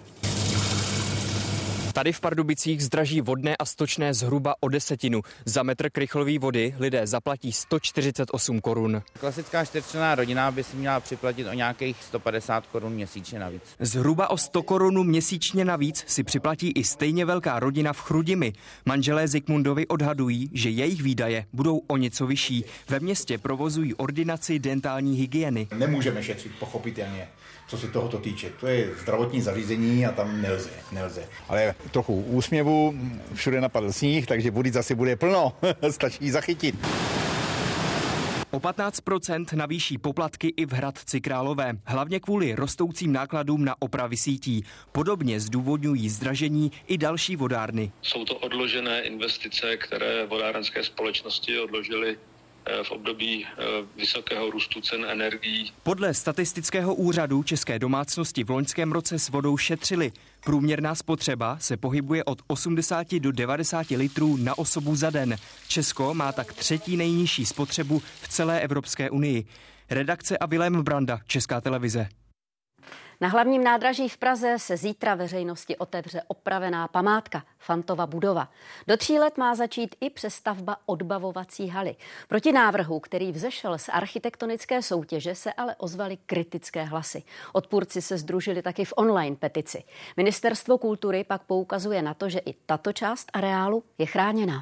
Speaker 15: Tady v Pardubicích zdraží vodné a stočné zhruba o 10. Za metr krychlový vody lidé zaplatí 148 korun.
Speaker 16: Klasická 4členná rodina by si měla připlatit o nějakých 150 korun měsíčně navíc.
Speaker 15: Zhruba o 100 korun měsíčně navíc si připlatí i stejně velká rodina v Chrudimi. Manželé Zikmundovi odhadují, že jejich výdaje budou o něco vyšší. Ve městě provozují ordinaci dentální hygieny.
Speaker 25: Nemůžeme šetřit pochopitelně, co se tohoto týče. To je zdravotní zařízení a tam nelze. Ale trochu úsměvu, všude napadl sníh, takže vody zase bude plno, stačí zachytit.
Speaker 15: O 15% navýší poplatky i v Hradci Králové, hlavně kvůli rostoucím nákladům na opravy sítí. Podobně zdůvodňují zdražení i další vodárny.
Speaker 26: Jsou to odložené investice, které vodárenské společnosti odložily v období vysokého růstu cen energií.
Speaker 15: Podle statistického úřadu české domácnosti v loňském roce s vodou šetřily. Průměrná spotřeba se pohybuje od 80 do 90 litrů na osobu za den. Česko má tak 3. nejnižší spotřebu v celé Evropské unii. Redakce a Vilém Branda, Česká televize.
Speaker 2: Na hlavním nádraží v Praze se zítra veřejnosti otevře opravená památka Fantova budova. Do 3 let má začít i přestavba odbavovací haly. Proti návrhu, který vzešel z architektonické soutěže, se ale ozvaly kritické hlasy. Odpůrci se sdružili taky v online petici. Ministerstvo kultury pak poukazuje na to, že i tato část areálu je chráněná.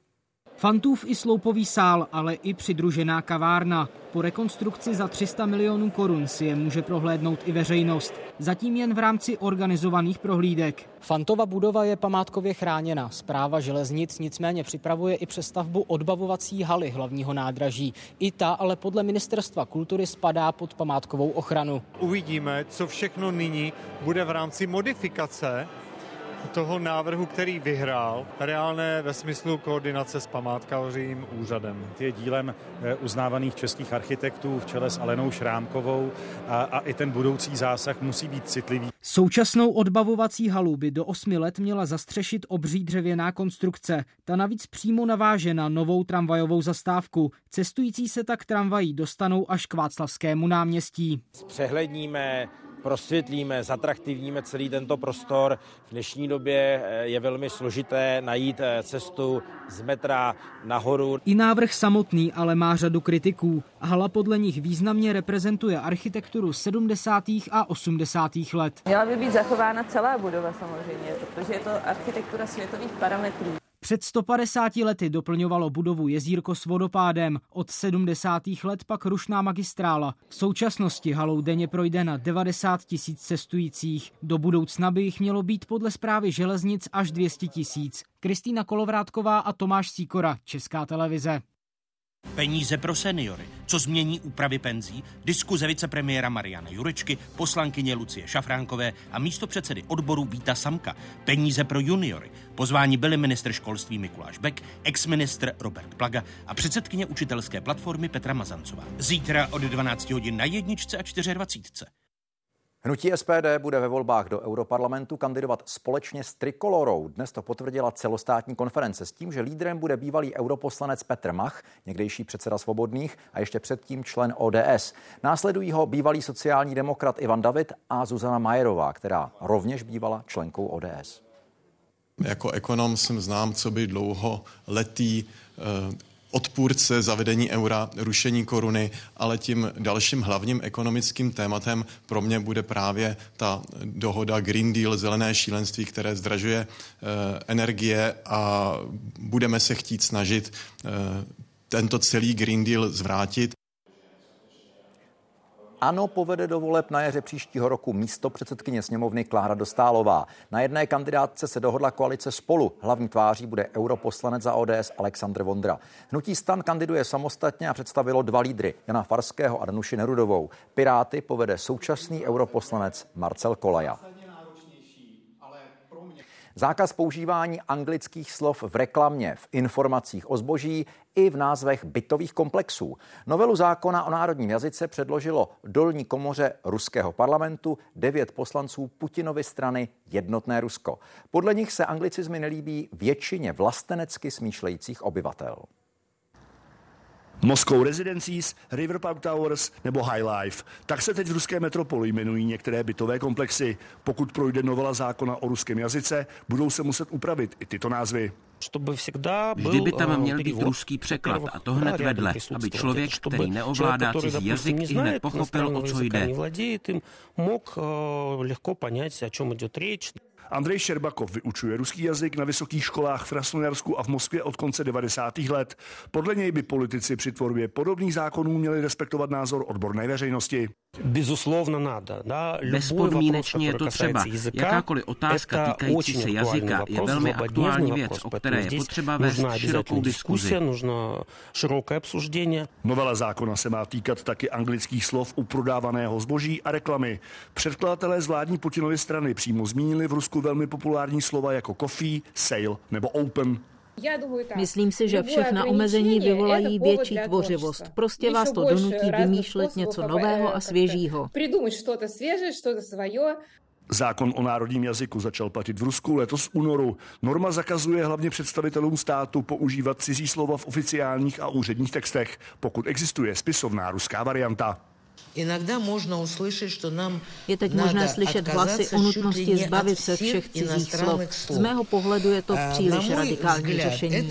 Speaker 5: Fantův i sloupový sál, ale i přidružená kavárna. Po rekonstrukci za 300 milionů korun si je může prohlédnout i veřejnost. Zatím jen v rámci organizovaných prohlídek.
Speaker 6: Fantova budova je památkově chráněna. Správa železnic nicméně připravuje i přestavbu odbavovací haly hlavního nádraží. I ta ale podle Ministerstva kultury spadá pod památkovou ochranu.
Speaker 7: Uvidíme, co všechno nyní bude v rámci modifikace toho návrhu, který vyhrál, reálné ve smyslu koordinace s památkářským úřadem.
Speaker 9: Je dílem uznávaných českých architektů v čele s Alenou Šrámkovou a i ten budoucí zásah musí být citlivý.
Speaker 6: Současnou odbavovací halu by do 8 let měla zastřešit obří dřevěná konstrukce. Ta navíc přímo naváže na novou tramvajovou zastávku. Cestující se tak tramvají dostanou až k Václavskému náměstí.
Speaker 11: Přehledníme, prosvětlíme, zatraktivníme celý tento prostor. V dnešní době je velmi složité najít cestu z metra nahoru.
Speaker 6: I návrh samotný ale má řadu kritiků. Hala podle nich významně reprezentuje architekturu 70. a 80. let.
Speaker 17: Měla by být zachována celá budova samozřejmě, protože je to architektura světových parametrů.
Speaker 6: Před 150 lety doplňovalo budovu jezírko s vodopádem, od 70. let pak rušná magistrála. V současnosti halou denně projde na 90 000 cestujících. Do budoucna by jich mělo být podle správy železnic až 200 000. Kristýna Kolovrátková a Tomáš Sýkora, Česká televize.
Speaker 18: Peníze pro seniory, co změní úpravy penzí, diskuze vicepremiéra Mariana Jurečky, poslankyně Lucie Šafránkové a místopředsedy odboru Víta Samka. Peníze pro juniory. Pozváni byli ministr školství Mikuláš Bek, exministr Robert Plaga a předsedkyně učitelské platformy Petra Mazancová. Zítra od 12 hodin na Jedničce a 24.
Speaker 3: Hnutí SPD bude ve volbách do Europarlamentu kandidovat společně s Trikolorou. Dnes to potvrdila celostátní konference s tím, že lídrem bude bývalý europoslanec Petr Mach, někdejší předseda Svobodných a ještě předtím člen ODS. Následují ho bývalý sociální demokrat Ivan David a Zuzana Majerová, která rovněž bývala členkou ODS.
Speaker 27: Jako ekonom jsem znám, co by dlouholetý odpůrce zavedení eura, rušení koruny, ale tím dalším hlavním ekonomickým tématem pro mě bude právě ta dohoda Green Deal, zelené šílenství, které zdražuje energie a budeme se chtít snažit tento celý Green Deal zvrátit.
Speaker 3: ANO povede do voleb na jaře příštího roku místopředsedkyně sněmovny Klára Dostálová. Na jedné kandidátce se dohodla koalice Spolu. Hlavní tváří bude europoslanec za ODS Alexandr Vondra. Hnutí STAN kandiduje samostatně a představilo 2 lídry, Jana Farského a Danuši Nerudovou. Piráty povede současný europoslanec Marcel Kolaja. Zákaz používání anglických slov v reklamě, v informacích o zboží i v názvech bytových komplexů. Novelu zákona o národním jazyce předložilo dolní komoře ruského parlamentu 9 poslanců Putinovy strany Jednotné Rusko. Podle nich se anglicizmy nelíbí většině vlastenecky smýšlejících obyvatel.
Speaker 28: Moscow Residencies, Riverpark Towers nebo High Life. Tak se teď v ruské metropoli jmenují některé bytové komplexy. Pokud projde novela zákona o ruském jazyce, budou se muset upravit i tyto názvy.
Speaker 29: Vždy by tam měl být ruský překlad a to hned vedle, aby člověk, který neovládá cizí jazyk, i hned pochopil, o co jde.
Speaker 28: Andrej Šerbakov vyučuje ruský jazyk na vysokých školách v Krasnojarsku a v Moskvě od konce 90. let. Podle něj by politici při tvorbě podobných zákonů měli respektovat názor odborné veřejnosti.
Speaker 29: Bezpodmínečně je to třeba. Jakákoliv otázka týkající se jazyka je velmi aktuální věc, o které je potřeba vést širokou diskuzi.
Speaker 28: Novela zákona se má týkat taky anglických slov u prodávaného zboží a reklamy. Předkladatelé z vládní Putinovy strany přímo zmínili v Rusku velmi populární slova jako coffee, sale nebo open.
Speaker 19: Myslím si, že všechna omezení vyvolají větší tvořivost. Prostě vás to donutí vymýšlet něco nového a svěžího.
Speaker 28: Zákon o národním jazyku začal platit v Rusku letos v únoru. Norma zakazuje hlavně představitelům státu používat cizí slova v oficiálních a úředních textech, pokud existuje spisovná ruská varianta.
Speaker 4: Je teď možné slyšet hlasy o nutnosti zbavit se všech cizích slov. Z mého pohledu je to příliš radikální řešení.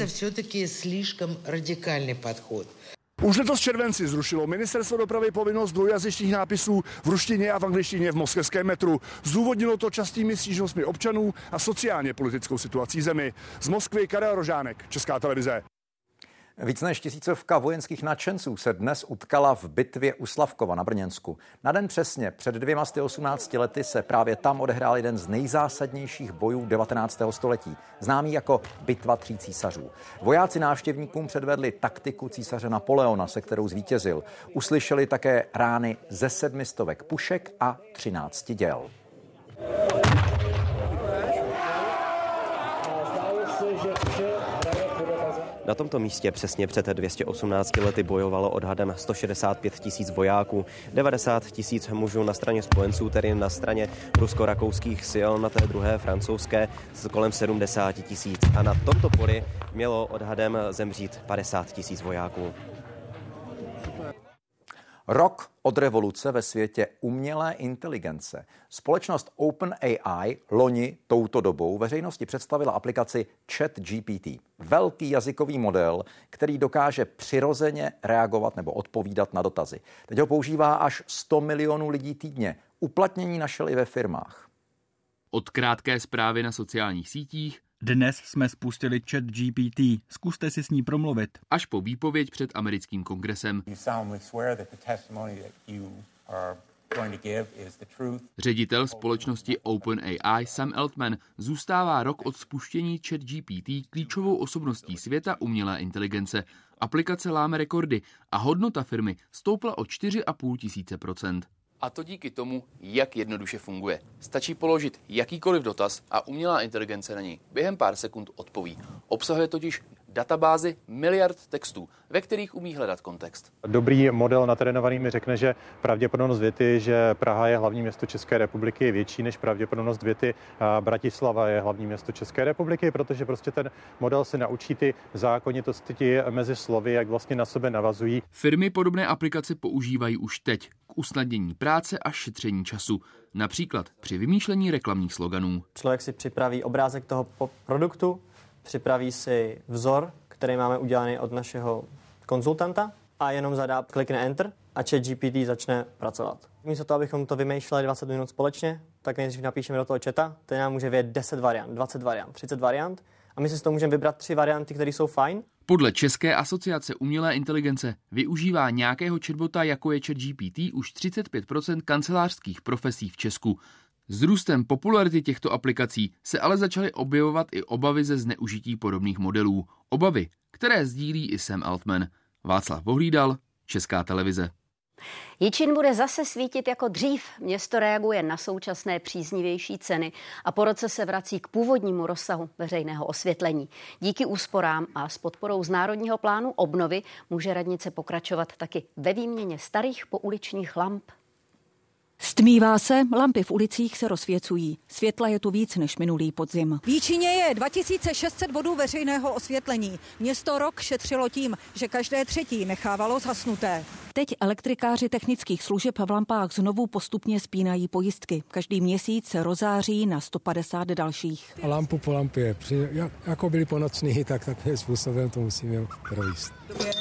Speaker 28: Už letos v červenci zrušilo ministerstvo dopravy povinnost dvojjazyčných nápisů v ruštině a v angličtině v moskevském metru. Zdůvodnilo to častými stížnostmi občanů a sociálně politickou situací zemi. Z Moskvy Karel Rožánek, Česká televize.
Speaker 3: Víc než 1000 vojenských nadšenců se dnes utkala v bitvě u Slavkova na Brněnsku. Na den přesně před 218 lety se právě tam odehrál jeden z nejzásadnějších bojů 19. století, známý jako Bitva tří císařů. Vojáci návštěvníkům předvedli taktiku císaře Napoleona, se kterou zvítězil. Uslyšeli také rány ze 700 pušek a 13 děl.
Speaker 10: Na tomto místě přesně před 218 lety bojovalo odhadem 165 000 vojáků, 90 000 mužů na straně spojenců, tedy na straně rusko-rakouských sil, na té druhé francouzské kolem 70 000. A na tomto poli mělo odhadem zemřít 50 000 vojáků.
Speaker 3: Rok od revoluce ve světě umělé inteligence. Společnost OpenAI loni touto dobou veřejnosti představila aplikaci ChatGPT. Velký jazykový model, který dokáže přirozeně reagovat nebo odpovídat na dotazy. Teď ho používá až 100 milionů lidí týdně. Uplatnění našel i ve firmách.
Speaker 12: Od krátké zprávy na sociálních sítích
Speaker 13: dnes jsme spustili ChatGPT. Zkuste si s ní promluvit.
Speaker 12: Až po výpověď před americkým kongresem. Ředitel společnosti OpenAI Sam Altman zůstává rok od spuštění ChatGPT klíčovou osobností světa umělé inteligence. Aplikace láme rekordy a hodnota firmy stoupla o 4,5%.
Speaker 20: A to díky tomu, jak jednoduše funguje. Stačí položit jakýkoliv dotaz a umělá inteligence na něj během pár sekund odpoví. Obsahuje totiž databázi miliard textů, ve kterých umí hledat kontext.
Speaker 21: Dobrý model natrénovaný mi řekne, že pravděpodobnost věty, že Praha je hlavní město České republiky, je větší než pravděpodobnost věty Bratislava je hlavní město České republiky, protože prostě ten model se naučí ty zákonitosti mezi slovy, jak vlastně na sebe navazují.
Speaker 12: Firmy podobné aplikace používají už teď k usnadnění práce a šetření času. Například při vymýšlení reklamních sloganů.
Speaker 22: Člověk si připraví obrázek toho produktu, připraví si vzor, který máme udělaný od našeho konzultanta a jenom zadá, klikne Enter a ChatGPT začne pracovat. Místo toho, abychom to vymýšleli 20 minut společně, tak nejdřív napíšeme do toho chata, ten nám může vědět 10 variant, 20 variant, 30 variant a my si z toho můžeme vybrat 3 varianty, které jsou fajn.
Speaker 12: Podle České asociace umělé inteligence využívá nějakého chatbota, jako je ChatGPT, už 35% kancelářských profesí v Česku. S růstem popularity těchto aplikací se ale začaly objevovat i obavy ze zneužití podobných modelů. Obavy, které sdílí i Sam Altman. Václav Vohlídal, Česká televize.
Speaker 2: Jičín bude zase svítit jako dřív. Město reaguje na současné příznivější ceny a po roce se vrací k původnímu rozsahu veřejného osvětlení. Díky úsporám a s podporou z Národního plánu obnovy může radnice pokračovat taky ve výměně starých pouličních lamp.
Speaker 23: Stmívá se, lampy v ulicích se rozsvěcují. Světla je tu víc než minulý podzim.
Speaker 24: V Jičíně je 2600 bodů veřejného osvětlení. Město rok šetřilo tím, že každé třetí nechávalo zhasnuté.
Speaker 23: Teď elektrikáři technických služeb v lampách znovu postupně spínají pojistky. Každý měsíc se rozáří na 150 dalších.
Speaker 30: A lampu po lampě, jako byli po nocní, tak takovým způsobem to musíme projíst.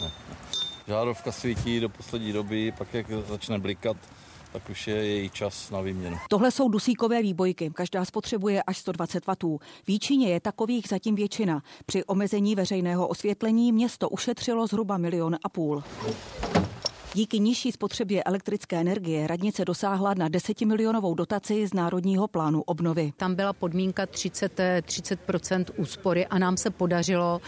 Speaker 31: Žárovka svítí do poslední doby, pak jak začne blikat, tak už je její čas na výměnu.
Speaker 23: Tohle jsou dusíkové výbojky, každá spotřebuje až 120 W. V Jičíně je takových zatím většina. Při omezení veřejného osvětlení město ušetřilo zhruba 1,5 milionu. Díky nižší spotřebě elektrické energie radnice dosáhla na 10milionovou dotaci z Národního plánu obnovy.
Speaker 32: Tam byla podmínka 30% úspory a nám se podařilo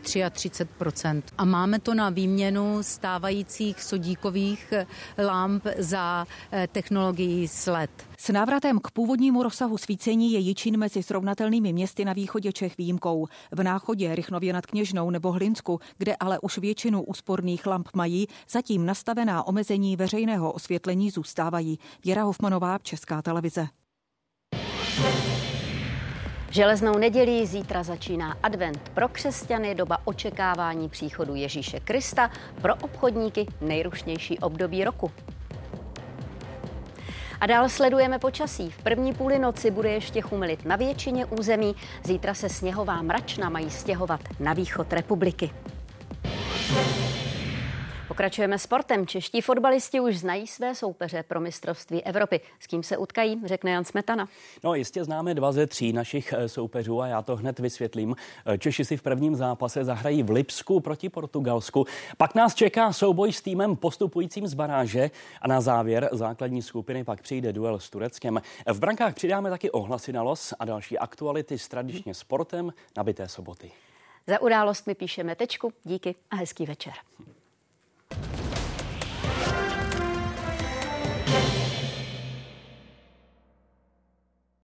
Speaker 32: 33%. A máme to na výměnu stávajících sodíkových lamp za technologií LED.
Speaker 23: S návratem k původnímu rozsahu svícení je Jičín mezi srovnatelnými městy na východě Čech výjimkou. V Náchodě, Rychnově nad Kněžnou nebo Hlinsku, kde ale už většinu úsporných lamp mají, zatím nastavená omezení veřejného osvětlení zůstávají. Věra Hofmanová, Česká televize.
Speaker 2: Železnou nedělí zítra začíná advent. Pro křesťany doba očekávání příchodu Ježíše Krista, pro obchodníky nejrušnější období roku. A dál sledujeme počasí. V první půli noci bude ještě chumelit na většině území. Zítra se sněhová mračna mají stěhovat na východ republiky. Pokračujeme sportem. Čeští fotbalisti už znají své soupeře pro mistrovství Evropy. S kým se utkají, řekne Jan Smetana.
Speaker 1: No, jistě známe 2 ze 3 našich soupeřů a já to hned vysvětlím. Češi si v prvním zápase zahrají v Lipsku proti Portugalsku. Pak nás čeká souboj s týmem postupujícím z baráže a na závěr základní skupiny pak přijde duel s Tureckem. V brankách přidáme taky ohlasy na los a další aktuality s tradičně sportem nabité soboty.
Speaker 2: Za událostmi píšeme tečku. Díky a hezký večer.